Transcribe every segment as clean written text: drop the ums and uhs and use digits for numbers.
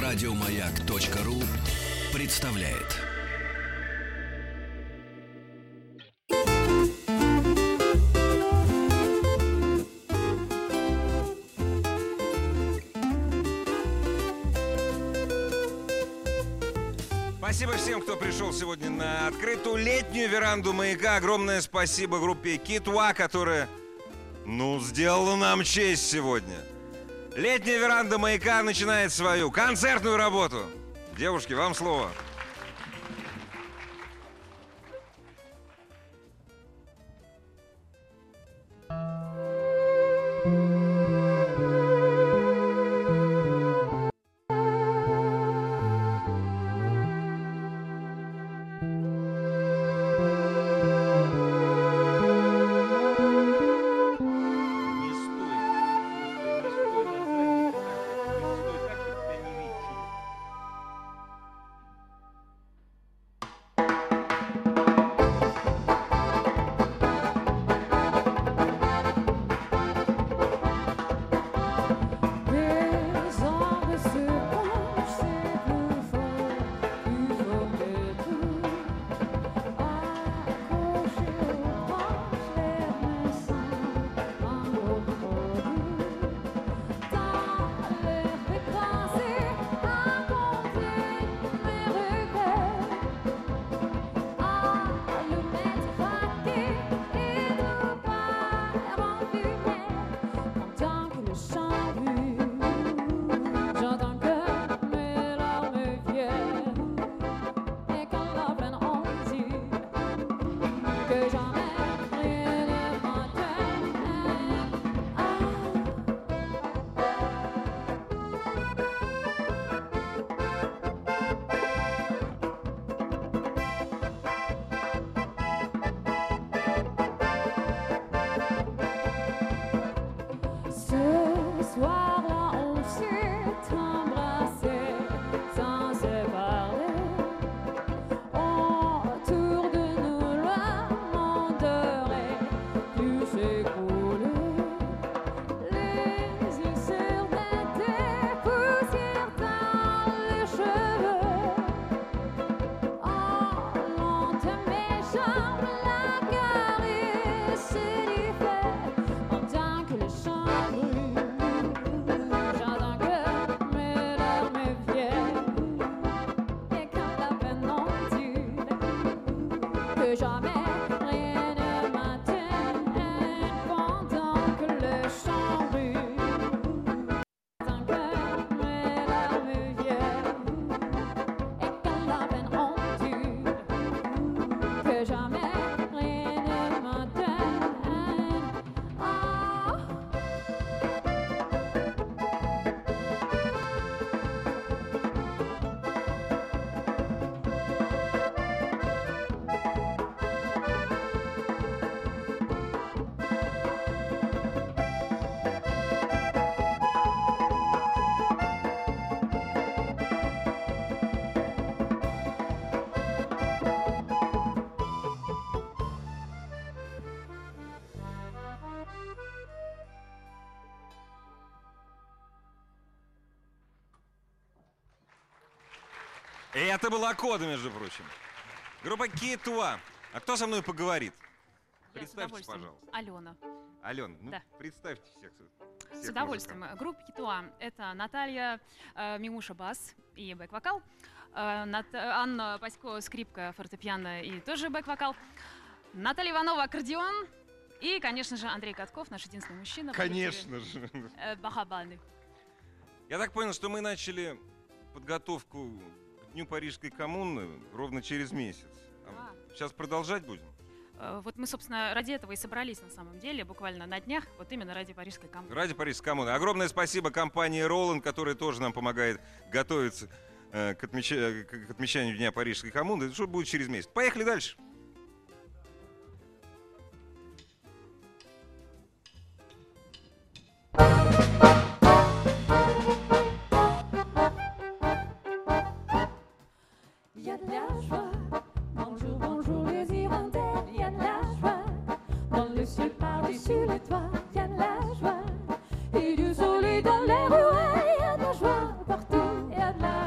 Радиомаяк.ру представляет. Спасибо всем, кто пришел сегодня на открытую летнюю веранду «Маяка». Огромное спасибо группе Китуа, которая, сделала нам честь сегодня. Летняя веранда «Маяка» начинает свою концертную работу. Девушки, вам слово. И это была кода, между прочим. Группа Китуа. А кто со мной поговорит? Я Представьтесь, пожалуйста. Алена. Алена, Да. представьте всех. С удовольствием. Группа Китуа — это Наталья Мимуша бас и бэк-вокал, Анна Пасько скрипка, фортепиано и тоже бэк-вокал, Наталья Иванова аккордеон и, конечно же, Андрей Катков, наш единственный мужчина. Конечно же. Барабаны. Я так понял, что мы начали подготовку к Дню Парижской коммуны ровно через месяц. Сейчас продолжать будем? Вот мы, собственно, ради этого и собрались на самом деле, буквально на днях, вот именно ради Парижской коммуны. Ради Парижской коммуны. Огромное спасибо компании Roland, которая тоже нам помогает готовиться к отмечанию Дня Парижской коммуны. Что будет через месяц? Поехали дальше. Et du soleil dans les ruelles, il y a de la joie partout, il y a de la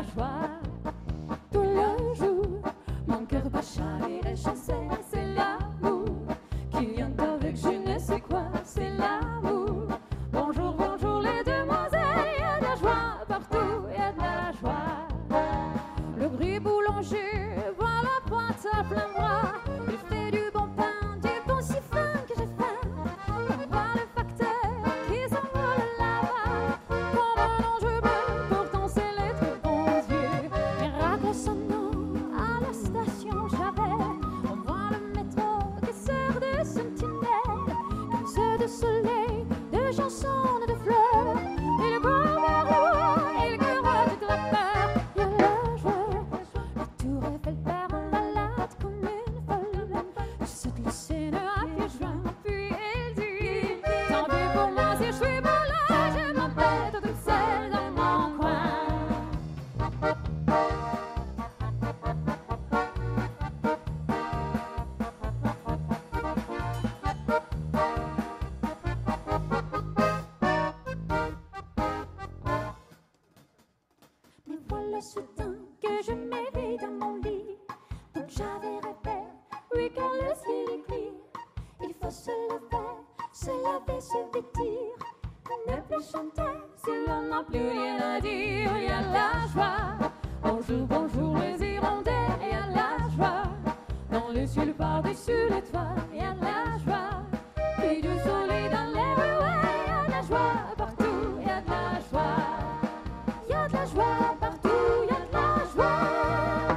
le soudain que je m'éveille dans mon lit. Donc j'avais rêvé, oui, car le ciel est clair. Il faut se lever, se laver, se vêtir. Ne plus chanter si l'on n'a plus rien à dire. Il y a la joie. Bonjour, bonjour les Irlandais. Il y a la joie. Dans le ciel par-dessus les toits. Il y a la joie. Puis du soleil dans les rues. Il y a la joie partout. Il y a de la joie. Il y a de la joie partout. Il y a de la joie.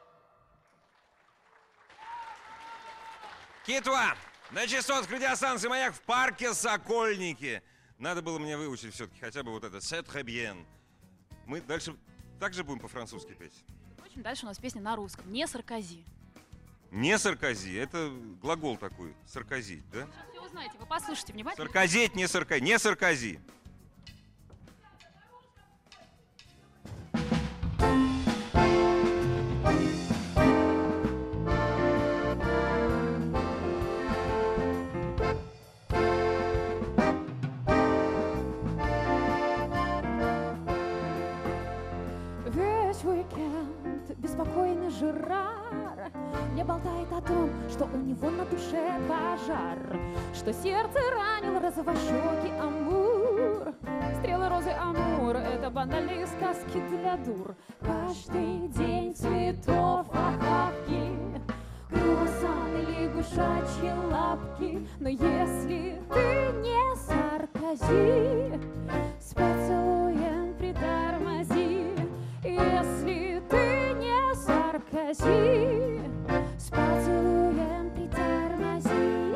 Китва! На частотах радиостанции «Маяк» в парке Сокольники. Надо было мне выучить все-таки хотя бы вот это «C'est très bien». Мы дальше также будем по-французски петь? В общем, дальше у нас песня на русском. Не Саркози. Не Саркози, это глагол такой, саркозить, да? Сейчас все узнаете, вы послушайте внимательно. Саркозить, не Саркози, не Саркози. Беспокойный Жерар мне болтает о том, что у него на душе пожар, что сердце ранил розовощекий Амур. Стрелы розы Амура — это банальные сказки для дур. Каждый день цветов охапки, круассаны, лягушачьи лапки. Но если ты не Саркози, с поцелуем притормози. Если ты не Саркози, с поцелуем притормози.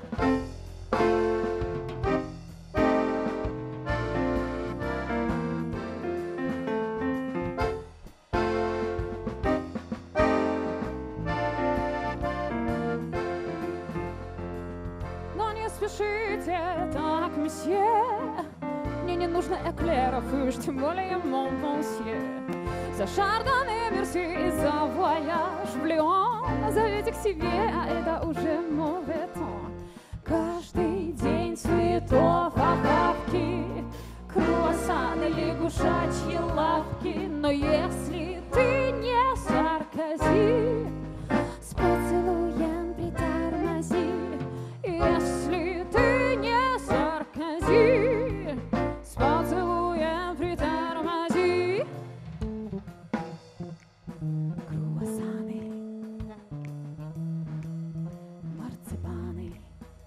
Но не спешите так, месье. Мне не нужно эклеров и уж тем более Монпансье. За шардоне, мерси и за вояж в Лион. Назовите к себе, а это уже mauvais temps. Каждый день цветов охапки, круассаны, лягушачьи лапки. Но если ты не Саркози, с поцелуем притормози. Если ты не Саркози, с поцелуем притормози. Круассаны, марципаны.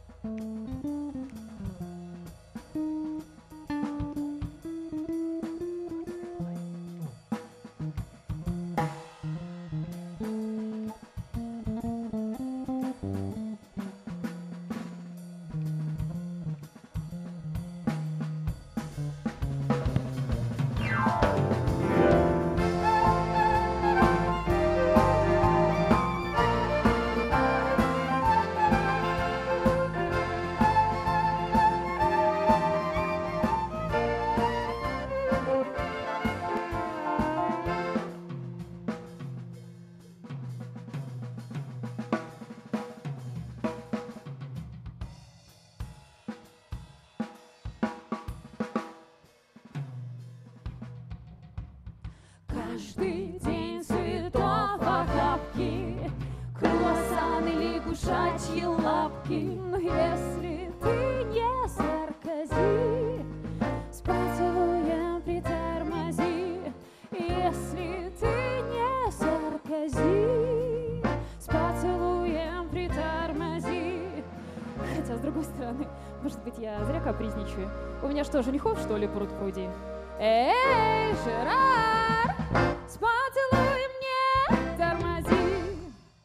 Каждый день цветов охапки, круассаны, лягушачьи лапки. Но если ты не Саркози, с поцелуем притормози. Если ты не Саркози, с поцелуем притормози. Хотя, с другой стороны, может быть, я зря капризничаю. У меня что, женихов, что ли, пруд-пруди? Эй, Жерар, с поцелуем не тормози.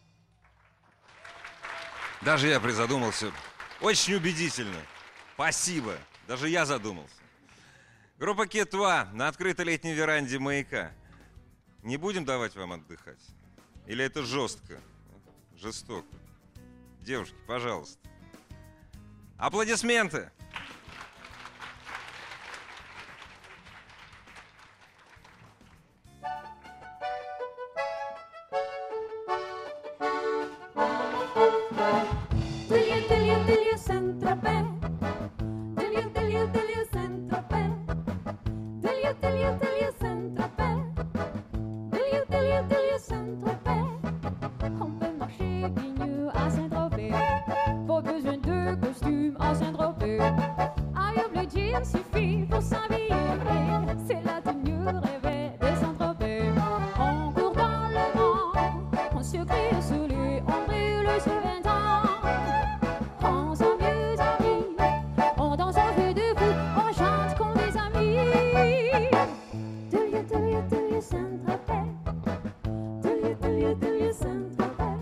Даже я призадумался. Очень убедительно. Спасибо. Даже я задумался. Группа Китва на открытой летней веранде «Маяка». Не будем давать вам отдыхать? Или это жестко? Жестоко. Девушки, пожалуйста. Аплодисменты. il suffit pour s'habiller. C'est la tenue rêvée de Saint-Tropez. On court dans le vent, on se crie sous lui, on brûle sur 20 ans. On s'amuse à rire, on danse, on fait du foot, on chante comme des amis. Do you Saint-Tropez? Do you Saint-Tropez?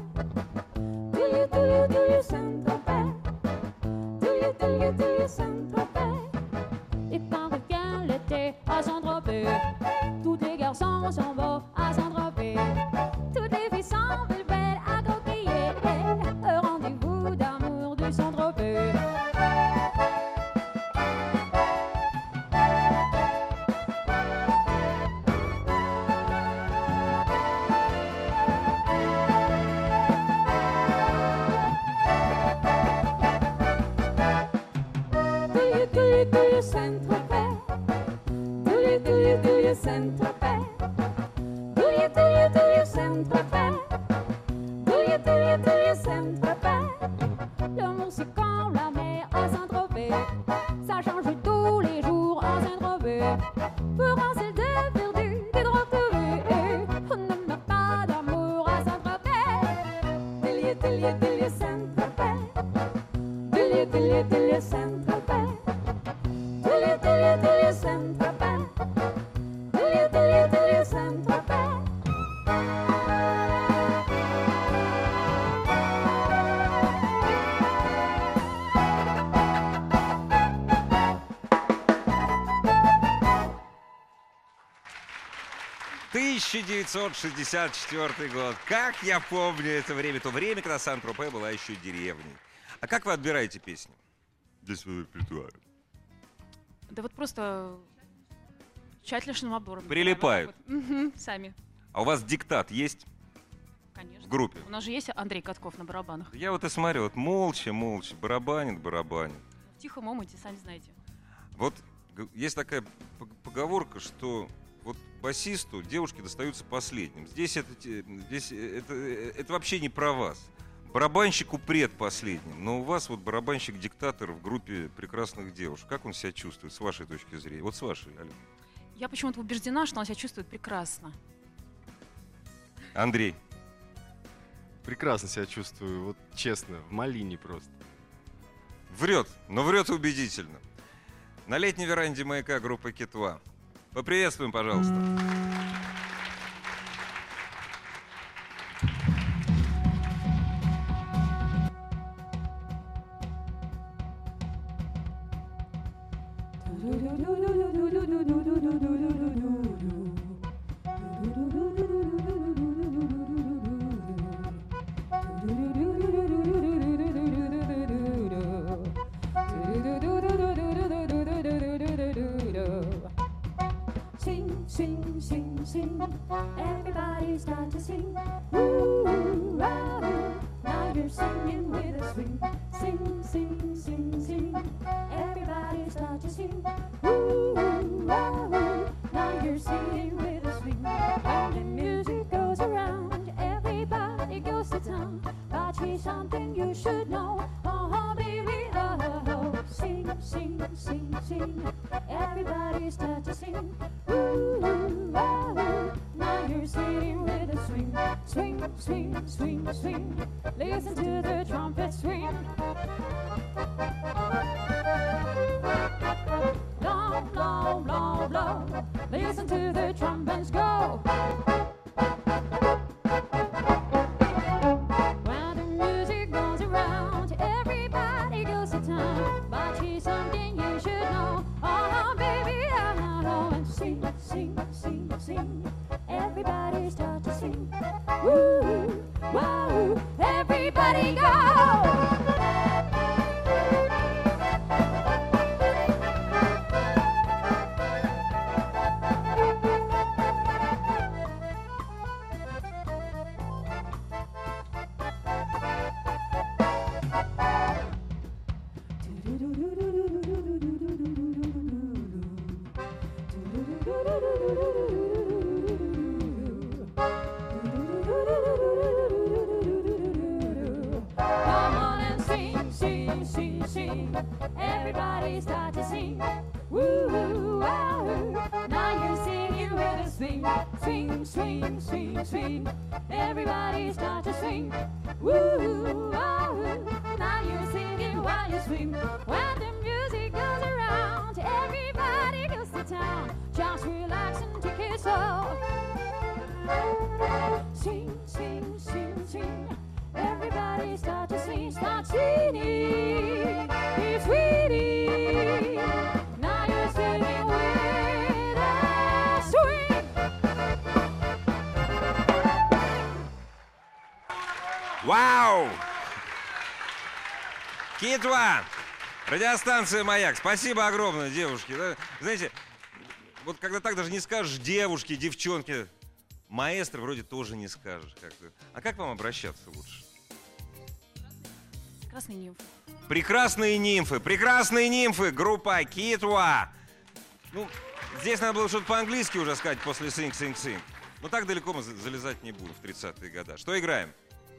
Do you Saint-Tropez? Do you Saint-Tropez? Et quand revient l'été à Saint-Tropez, tous les garçons s'en vont à Saint-Tropez. Toutes les filles sont belles à coquiller. Au rendez-vous d'amour du Saint-Tropez. Do you Saint-Tropez? Do you Saint-Tropez? Do you Saint-Tropez? Do you Saint-Tropez? L'amour c'est comme la mer à Saint-Tropez. Ça change tous les jours à Saint-Tropez. Pour un ciel de perdu, des droits retrouvés. On ne meurt pas d'amour à Saint-Tropez. Do you Saint-Tropez? Do you Saint-Tropez? Do you Saint-Tropez? Do you Saint-Tropez? «1964 год. Как я помню это время, то время, когда Сан-Тропе была еще деревней. А как вы отбираете песни? Здесь репертуар. Да вот просто тщательным обором. Прилипают. Мгм, сами, А у вас диктат есть конечно. в группе? У нас же есть Андрей Катков на барабанах. Я вот и смотрю, вот молча, барабанит. В тихом омуте, сами знаете. Вот есть такая поговорка, что вот басисту девушки достаются последним. Здесь это вообще не про вас. Барабанщику предпоследним. Но у вас вот барабанщик-диктатор в группе прекрасных девушек. Как он себя чувствует, с вашей точки зрения? Вот с вашей, Алена. Я почему-то убеждена, что он себя чувствует прекрасно. Андрей. Прекрасно себя чувствую, вот честно, в малине просто. Врет, но врет убедительно. На летней веранде «Маяка» группа «Китва». Поприветствуем, пожалуйста. Sing, sing, sing, sing. Everybody start to sing. Ooh, ah, ooh. Now you're singing with a swing. Sing, sing, sing, sing. Everybody start to sing. Ooh, ah, ooh. Now you're singing with a swing. When the music goes around, everybody goes to town. But here's something you should know. Oh, baby, oh. Sing, sing, sing, sing. Everybody start to sing. Ooh, ah, ooh. Now you're sitting with a swing. Swing, swing, swing, swing. Listen to the trumpet swing. Blow, blow, blow, blow. Listen to the trumpets go. When the music goes around, everybody goes to town. But here's something you should know. Oh, baby, oh, and sing, sing, sing, sing. Everybody start to sing. Woo, wow, everybody go. swing, swing, swing, swing, swing. Everybody start to swing. Woo, ah, woo. Now you're singing while you swing. When the music goes around, everybody goes to town. Just relax and take it slow. Swing, swing, swing, swing. Everybody start to swing, start swinging. Keep swinging. Now you're singing with a swing. Вау! Китва! Радиостанция «Маяк». Спасибо огромное, девушки. Да, знаете, вот когда так даже не скажешь девушки, девчонки, маэстро вроде тоже не скажешь. Как-то. А как вам обращаться лучше? Красный нимф. Прекрасные нимфы, прекрасные нимфы, группа Китва. Ну, здесь надо было что-то по-английски уже сказать после Sing, Sing, Sing. Но так далеко мы залезать не будем в 30-е годы. Что играем?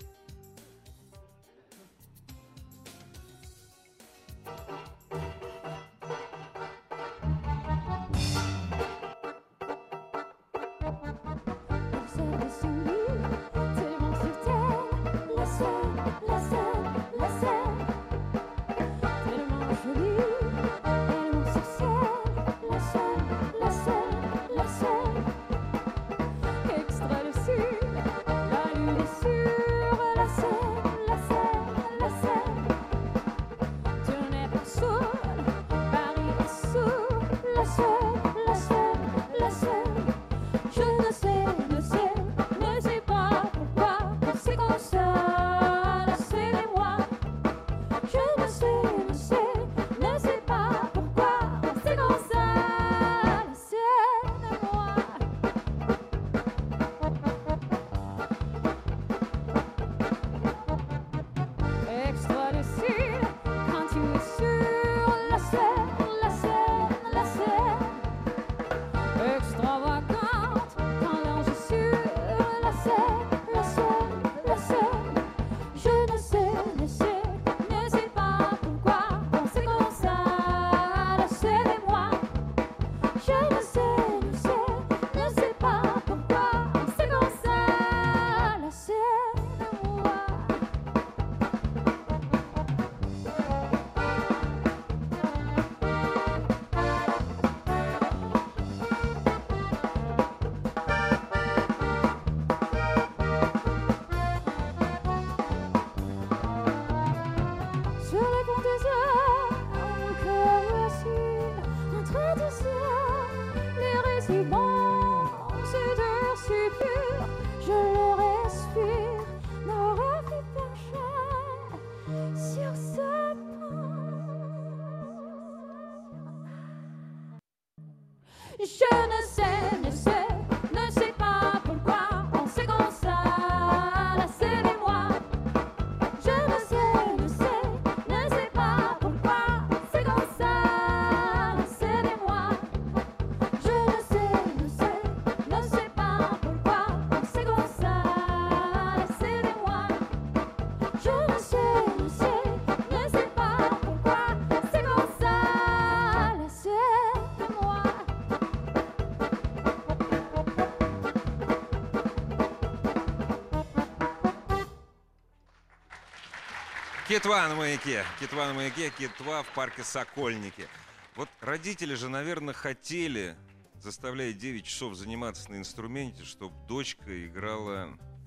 Китва на маяке, Китва на маяке, Китва в парке Сокольники. Вот родители же, наверное, хотели, заставляя 9 часов заниматься на инструменте, чтобы дочка играла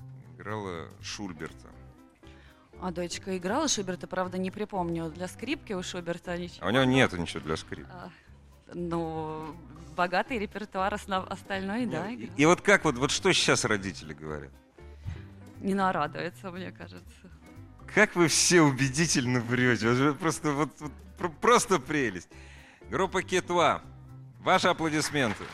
Шуберта. А дочка играла Шуберта, правда, не припомню. Для скрипки у Шуберта ничего. А у него нет ничего для скрипки. Ну, богатый репертуар, остальной, да, играл. И вот как, вот что сейчас родители говорят? Не нарадуется, мне кажется. Как вы все убедительно врете. Просто прелесть. Группа Китва. Ваши аплодисменты.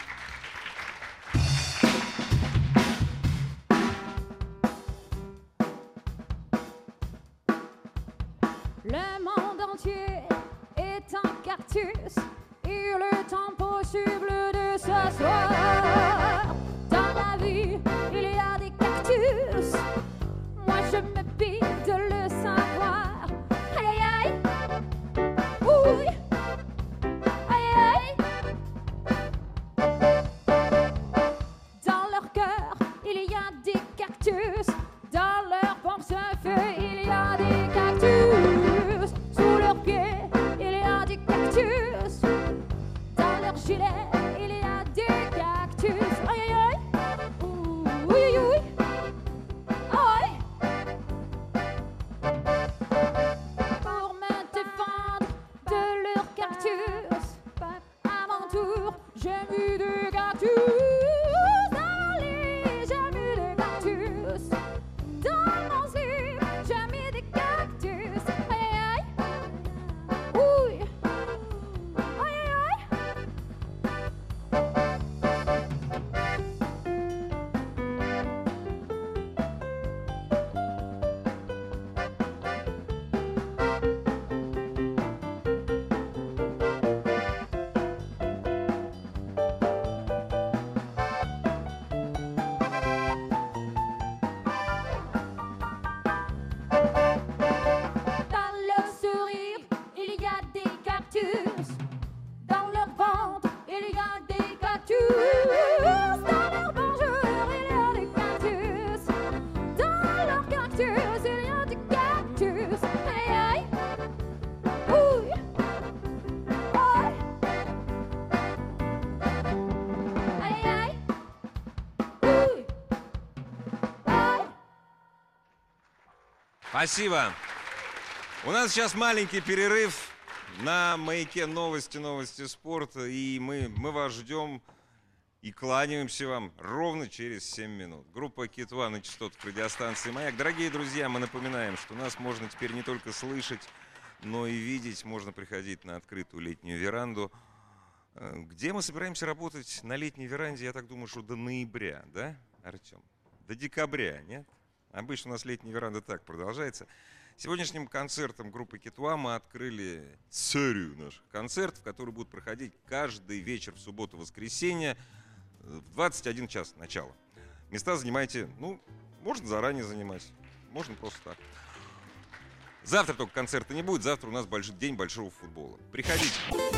Le monde entier est un cactus. Il est impossible de s'asseoir. Dans la vie, il y a des cactus. Moi, je me pique de le savoir. Aïe, aïe, aïe. Oui. Aïe, aïe. Dans gilet, il y a des cactus. Aïe aïe aïe, ouh, oui oui oui, aïe. Pour me défendre de leurs cactus, à mon tour, j'ai mis des cactus. Dans le lit, j'ai mis des cactus. Dans mon slip, j'ai mis des cactus. Aïe aïe aïe, ouh, aïe aïe aïe. Dans leur sourire, il y a des cactus. Dans leur ventre, il y a des cactus. Dans leur bonjour, il y a des cactus. Dans leur cactus, il y a des cactus. Aïe aïe, ouh, aïe, aïe aïe, ouh, aïe. Спасибо. У нас сейчас маленький перерыв на «Маяке» новости спорта. И мы вас ждем и кланяемся вам ровно через 7 минут. Группа «Кит-1» на частотах радиостанции «Маяк». Дорогие друзья, мы напоминаем, что нас можно теперь не только слышать, но и видеть. Можно приходить на открытую летнюю веранду. Где мы собираемся работать на летней веранде, я так думаю, что до ноября, да, Артем? До декабря, нет? Обычно у нас летняя веранда так продолжается. Сегодняшним концертом группы «Кит-1» мы открыли серию наших концертов, которые будут проходить каждый вечер в субботу-воскресенье в 21 час начала. Места занимайте, ну, можно заранее занимать, можно просто так. Завтра только концерта не будет, завтра у нас день большого футбола. Приходите.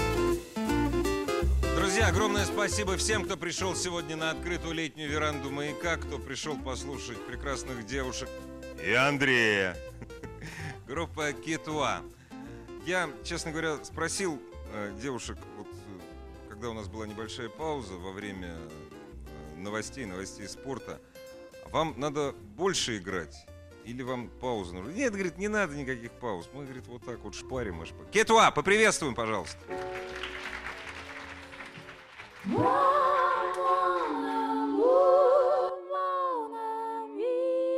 Друзья, огромное спасибо всем, кто пришел сегодня на открытую летнюю веранду «Маяка», кто пришел послушать прекрасных девушек и Андрея. Группа «Кит-1». Я, честно говоря, спросил девушек, вот, когда у нас была небольшая пауза во время новостей спорта, вам надо больше играть или вам пауза нужна? Нет, говорит, не надо никаких пауз. Мы, говорит, вот так вот шпарим и шпарим. «Кит-1», поприветствуем, пожалуйста. Mon amour, mon ami.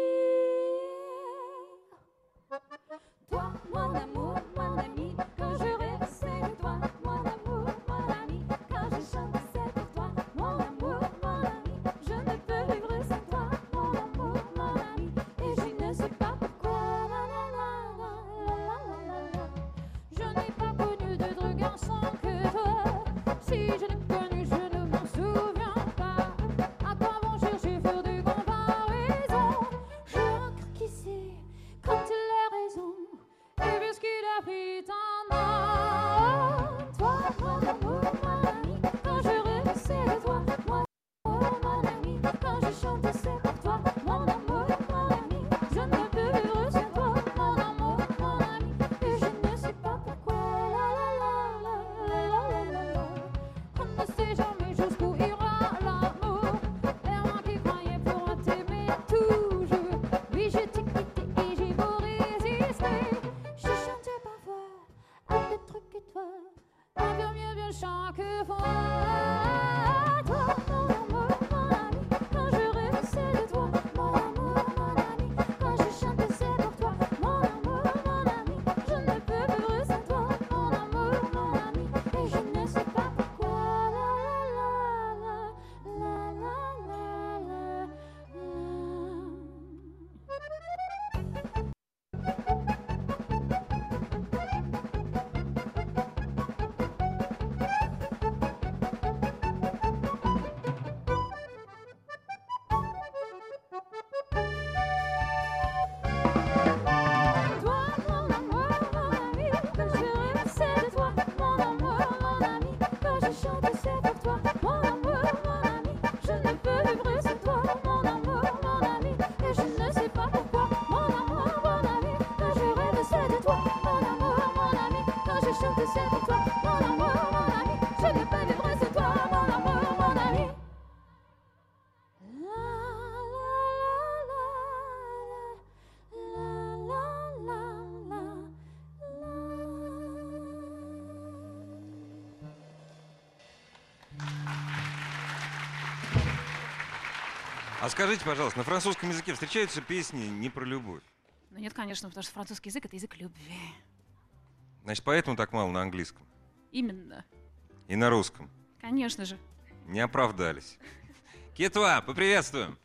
Toi, mon amour, mon ami, quand je rêve c'est de toi. Mon amour, mon ami, quand je chante c'est pour toi. Mon amour, mon ami, je ne peux vivre sans toi. Mon amour, mon ami, et je ne sais pas pourquoi. La, la, la, la, la, la, la, la. Je n'ai pas connu d'autre garçon que toi. Si je l'ai connu, je ne m'en А скажите, пожалуйста, на французском языке встречаются песни не про любовь? Ну нет, конечно, потому что французский язык — это язык любви. Значит, поэтому так мало на английском Именно. и на русском. Конечно же. Не оправдались. Китва, поприветствуем.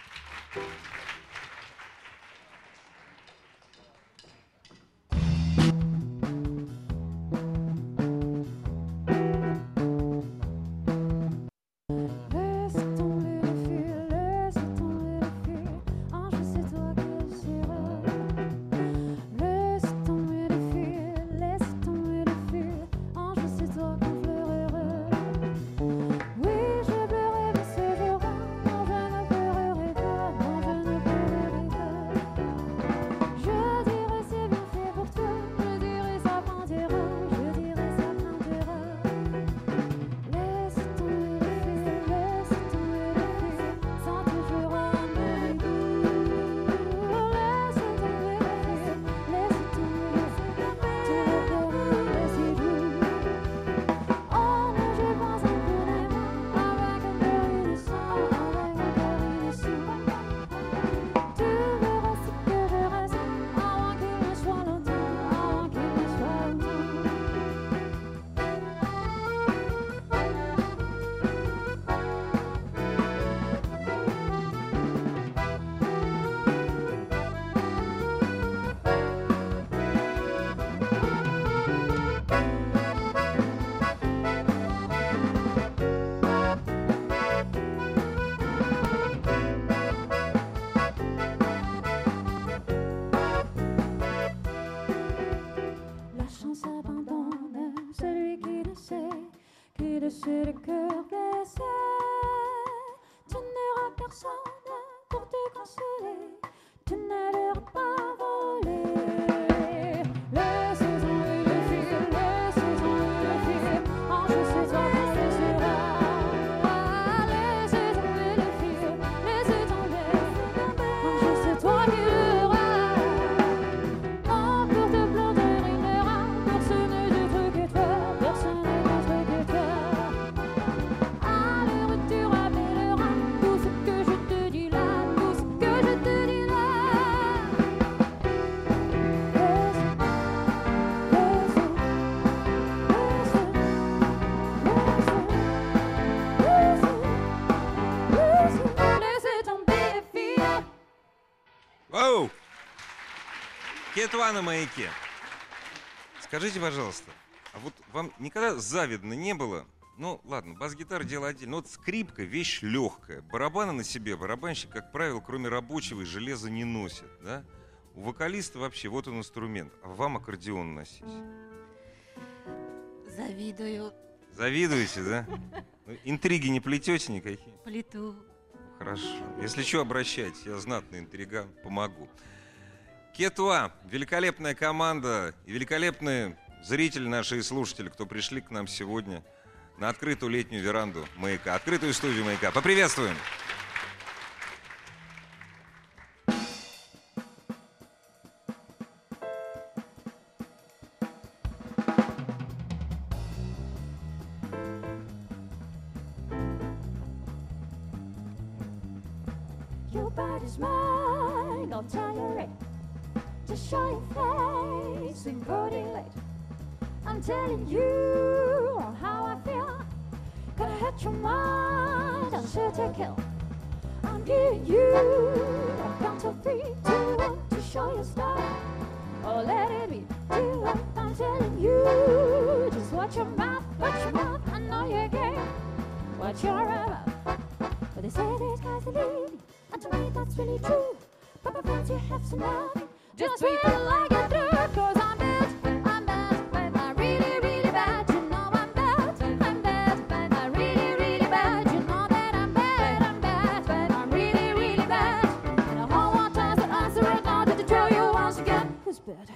Laisser le cœur blessé, tu n'auras personne pour te consoler, tu n'allais pas voler. Laissez tomber le fil, laissez tomber le fil, ange c'est toi qui seras. Laissez tomber le fil, laissez tomber, ange c'est toi qui l'auras. Non, pour te planter il n'y aura personne d'autre que toi, personne d'autre que toi. Оу! Китва на маяке. Скажите, пожалуйста, а вот вам никогда завидно не было? Ну, ладно, бас-гитара — дело отдельно. Вот скрипка — вещь легкая. Барабаны на себе барабанщик, как правило, кроме рабочего и железа не носит, да? У вокалиста вообще вот он инструмент, а вам аккордеон носить. Завидую. Завидуете, да? Ну, интриги не плетете никакие? Плиту. Хорошо. Если что, обращайтесь. Я знатный интриган, помогу. Китва, великолепная команда и великолепные зрители наши и слушатели, кто пришли к нам сегодня на открытую летнюю веранду «Маяка», открытую студию «Маяка». Поприветствуем! Your body's mine, I'll tell you right. Just show your face and go late. I'm telling you how I feel. Gonna hurt your mind, I'll shoot to kill. I'm giving you a count of 3, 2, 1 to show your style. Oh, let it be. Do it. I'm telling you, just watch your mouth, I know your game. Watch your mouth. But they say this guy's the lead, and to me that's really true. But my friends, you have some love. Just treat it like I do, 'cause I'm bad, but I'm really, really bad. You know I'm bad, but I'm really, really bad. You know that I'm bad, but I'm really, really bad. And I whole want us to answer right now to tell you once again who's bad.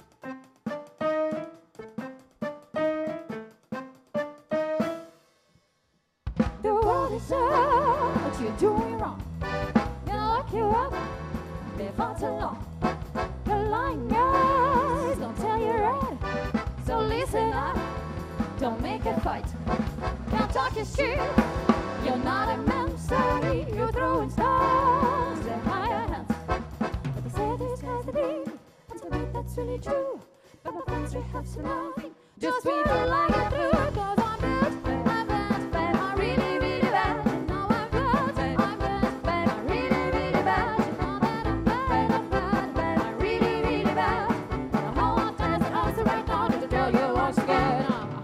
The world is out, but you're doing wrong. Gonna lock you up before too long. The lying eyes don't tell you right, so listen up. don't make a fight. Can't talk your shit. You're not a man, sorry. You're throwing stones at higher hands. But they say there's guys that be, and to me that's really true. But my friends rehearse tonight. Just read the line get through. 'Cause I'm bad, I'm really, really bad. You know I'm bad, I'm really, really bad. You know that I'm bad, I'm really, really bad. The whole lot of the house right now to tell you once again.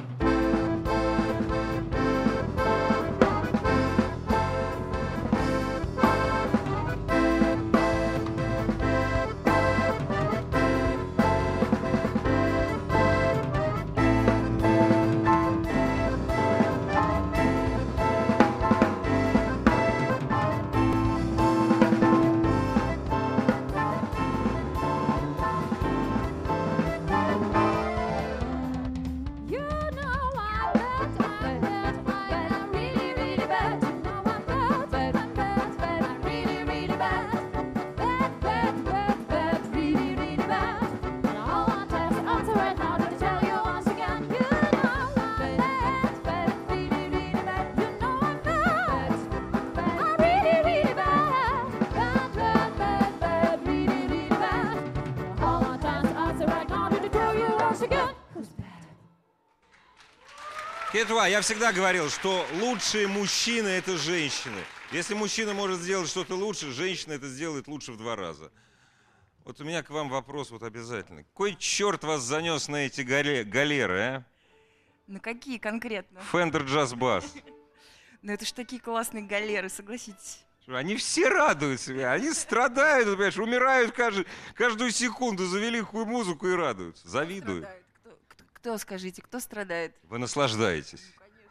Кетуа, я всегда говорил, что лучшие мужчины — это женщины. Если мужчина может сделать что-то лучше, женщина это сделает лучше в 2 раза. Вот у меня к вам вопрос вот обязательно. Какой черт вас занес на эти галеры, а? На какие конкретно? Fender Jazz Bass. Ну это ж такие классные галеры, согласитесь. Они все радуются, они страдают, понимаешь, умирают каждую секунду за великую музыку и радуются, завидуют. Кто, скажите, кто страдает? Вы наслаждаетесь.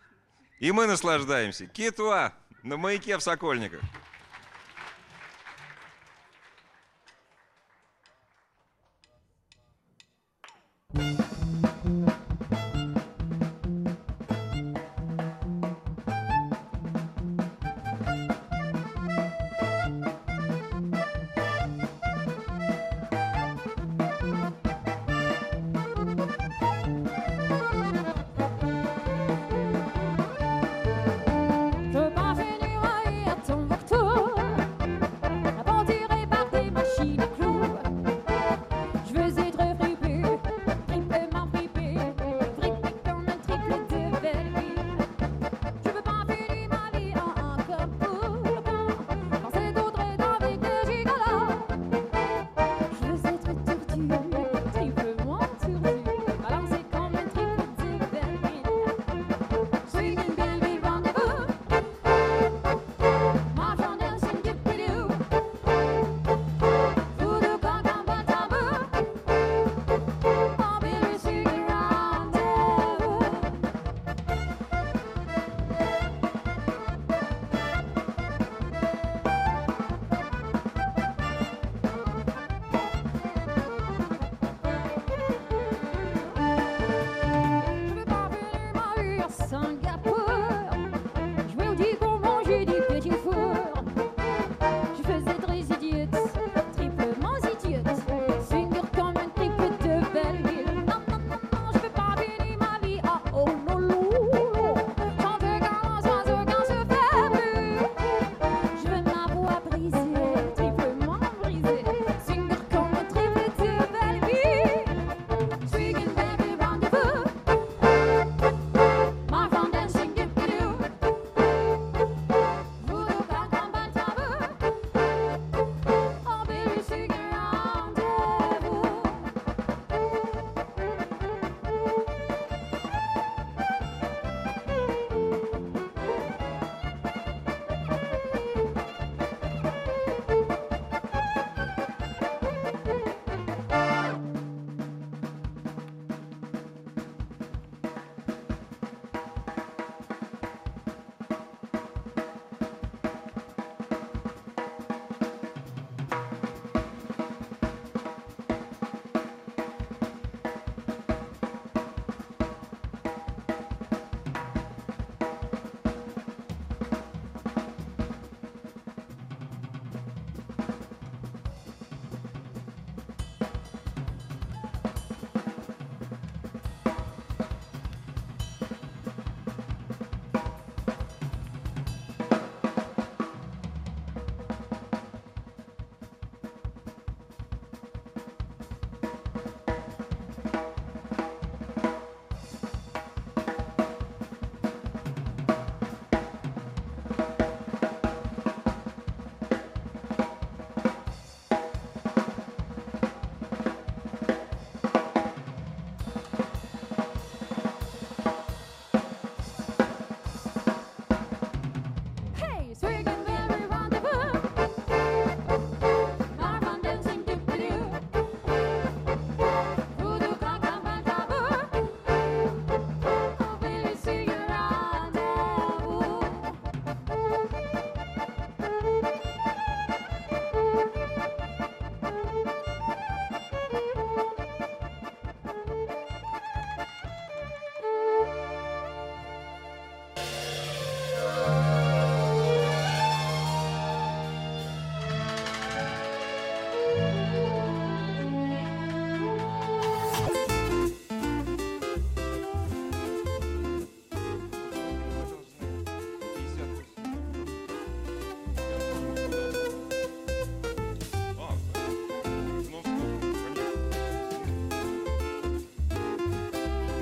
И мы наслаждаемся. Кетуа на Маяке в Сокольниках. Je pense anyway, à ton retour.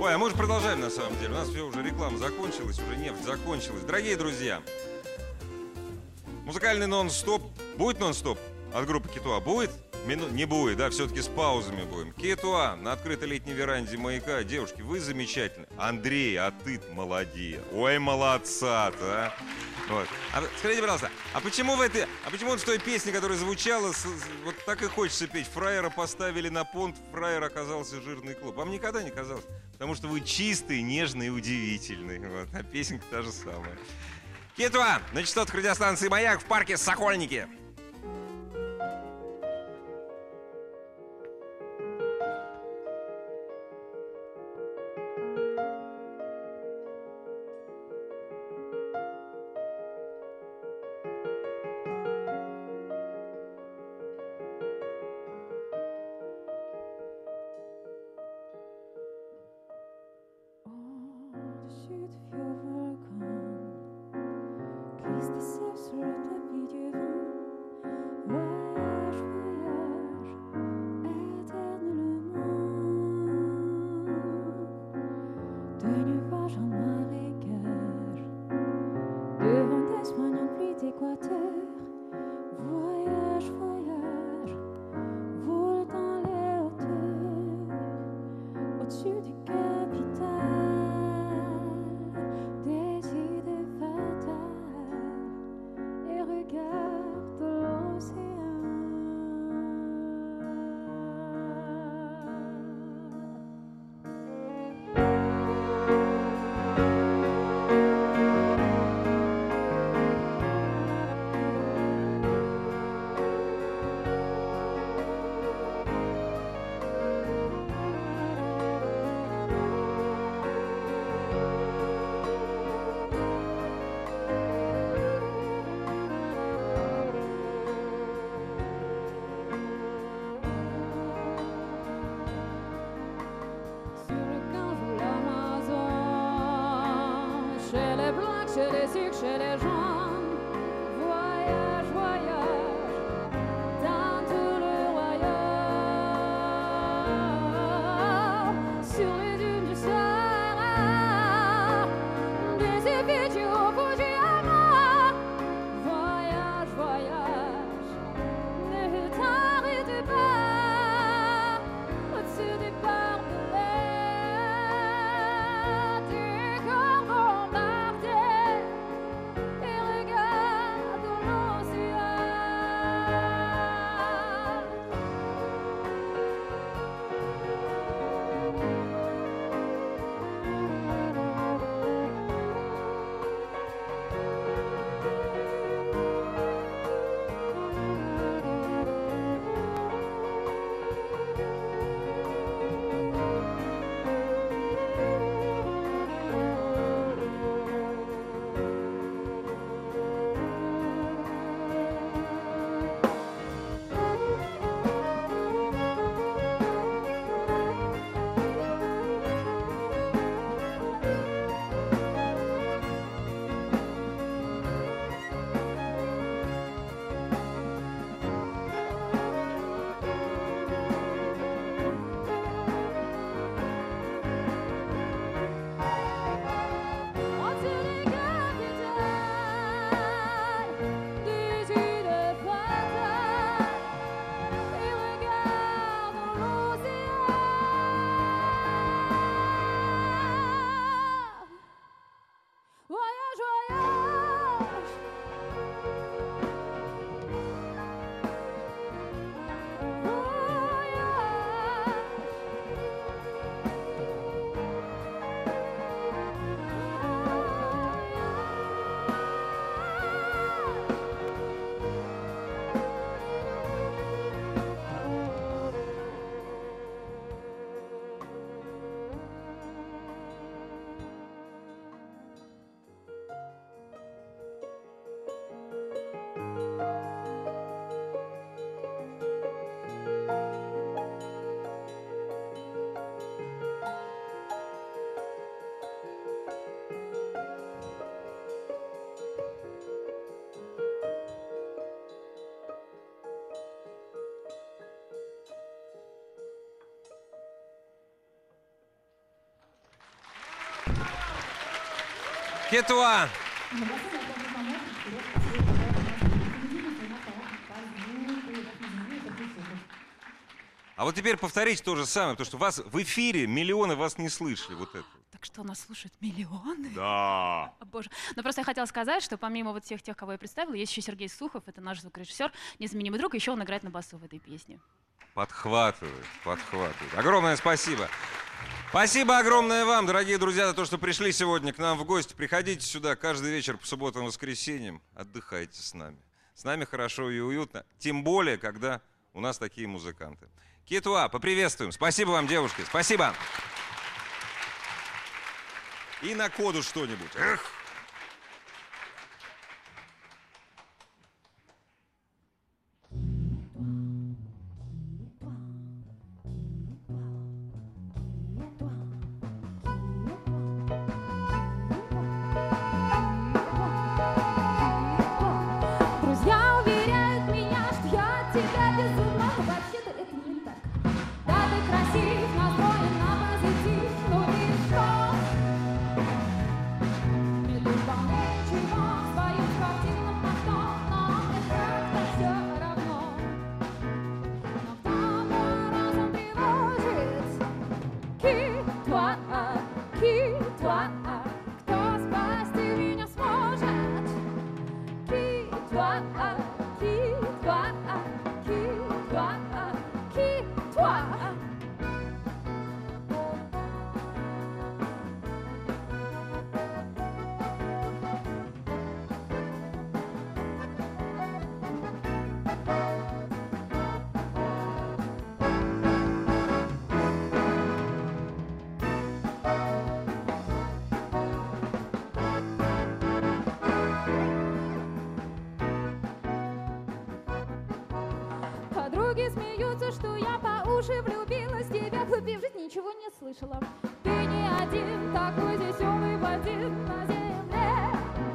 Ой, а мы уже продолжаем на самом деле. У нас все уже реклама закончилась, уже нефть закончилась. Дорогие друзья, музыкальный нон-стоп. Будет нон-стоп от группы Китуа? Будет? Не будет, да, все-таки с паузами будем. Китуа на открытой летней веранде Маяка. Девушки, вы замечательны. Андрей, а ты молодец. Ой, молодца-то, а. Вот. Скажите, пожалуйста, а почему вот в той песне, которая звучала, вот так и хочется петь? Фраера поставили на понт, фраер оказался жирный клуб. Вам никогда не казалось? Потому что вы чистый, нежный и удивительный. Вот. А песенка та же самая. Китуа на частотах радиостанции «Маяк» в парке Сокольники. Au-dessus de vieux volcans, cristallés sur le tapis du vent. Voyage, voyage, éternellement. De nuages en marécage, devant des soignantes pluies d'équateur. Voyage, voyage, vole dans les hauteurs, au-dessus du capital. Des idées fatales et regarde l'océan. Sur le Gange ou l'Amazon, chez les Blancs, chez les Sucres, chez les jaunes. Voyage, voyage, dans tout le royaume. Sur les dunes du Sahara, des effigies au Fujiyama. Voyage, voyage, ne t'arrête pas. Au-dessus des barbelés, des corps bombardés, et regarde Кетуа! А вот теперь повторите то же самое, потому что вас в эфире миллионы вас не слышали. Вот это. Так что нас слушают миллионы? Да. О, боже. Ну просто я хотела сказать, что помимо вот всех тех, кого я представила, есть еще Сергей Сухов, это наш звукорежиссер, незаменимый друг, еще он играет на басу в этой песне. Подхватывает. Огромное спасибо. Спасибо огромное вам, дорогие друзья, за то, что пришли сегодня к нам в гости. Приходите сюда каждый вечер по субботам и воскресеньям. Отдыхайте с нами. С нами хорошо и уютно. Тем более, когда у нас такие музыканты. Кетуа, поприветствуем. Спасибо вам, девушки. Спасибо. И на коду что-нибудь. Эх. Друзья уверяют меня, что я от тебя безумна, но вообще-то это не так. Да, ты красив, настроен на позитив, ну и что? Ведь ты вполне ничего в своем спортивном авто, но мне как-то все равно. Но кто мой разум тревожит? Кетуа, Кетуа, кто спасти меня сможет? Кетуа, Кетуа, Кетуа, Кетуа. Подруги смеются, что я по уши влюбилась в тебя, глупее в жизни ничего не слышала. Ты не один, такой веселый блондин на земле.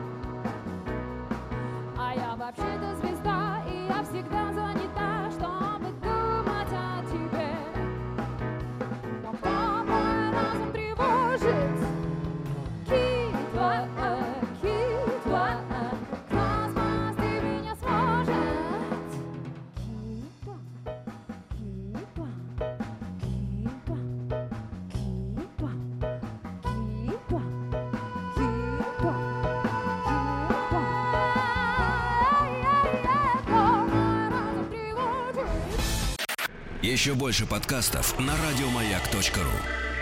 А я вообще-то звезда, и я всегда занята, чтобы думать о тебе. Но кто мой разум тревожит? Кетуа, Кетуа, кто спасти меня сможет? Еще больше подкастов на радиомаяк.ру.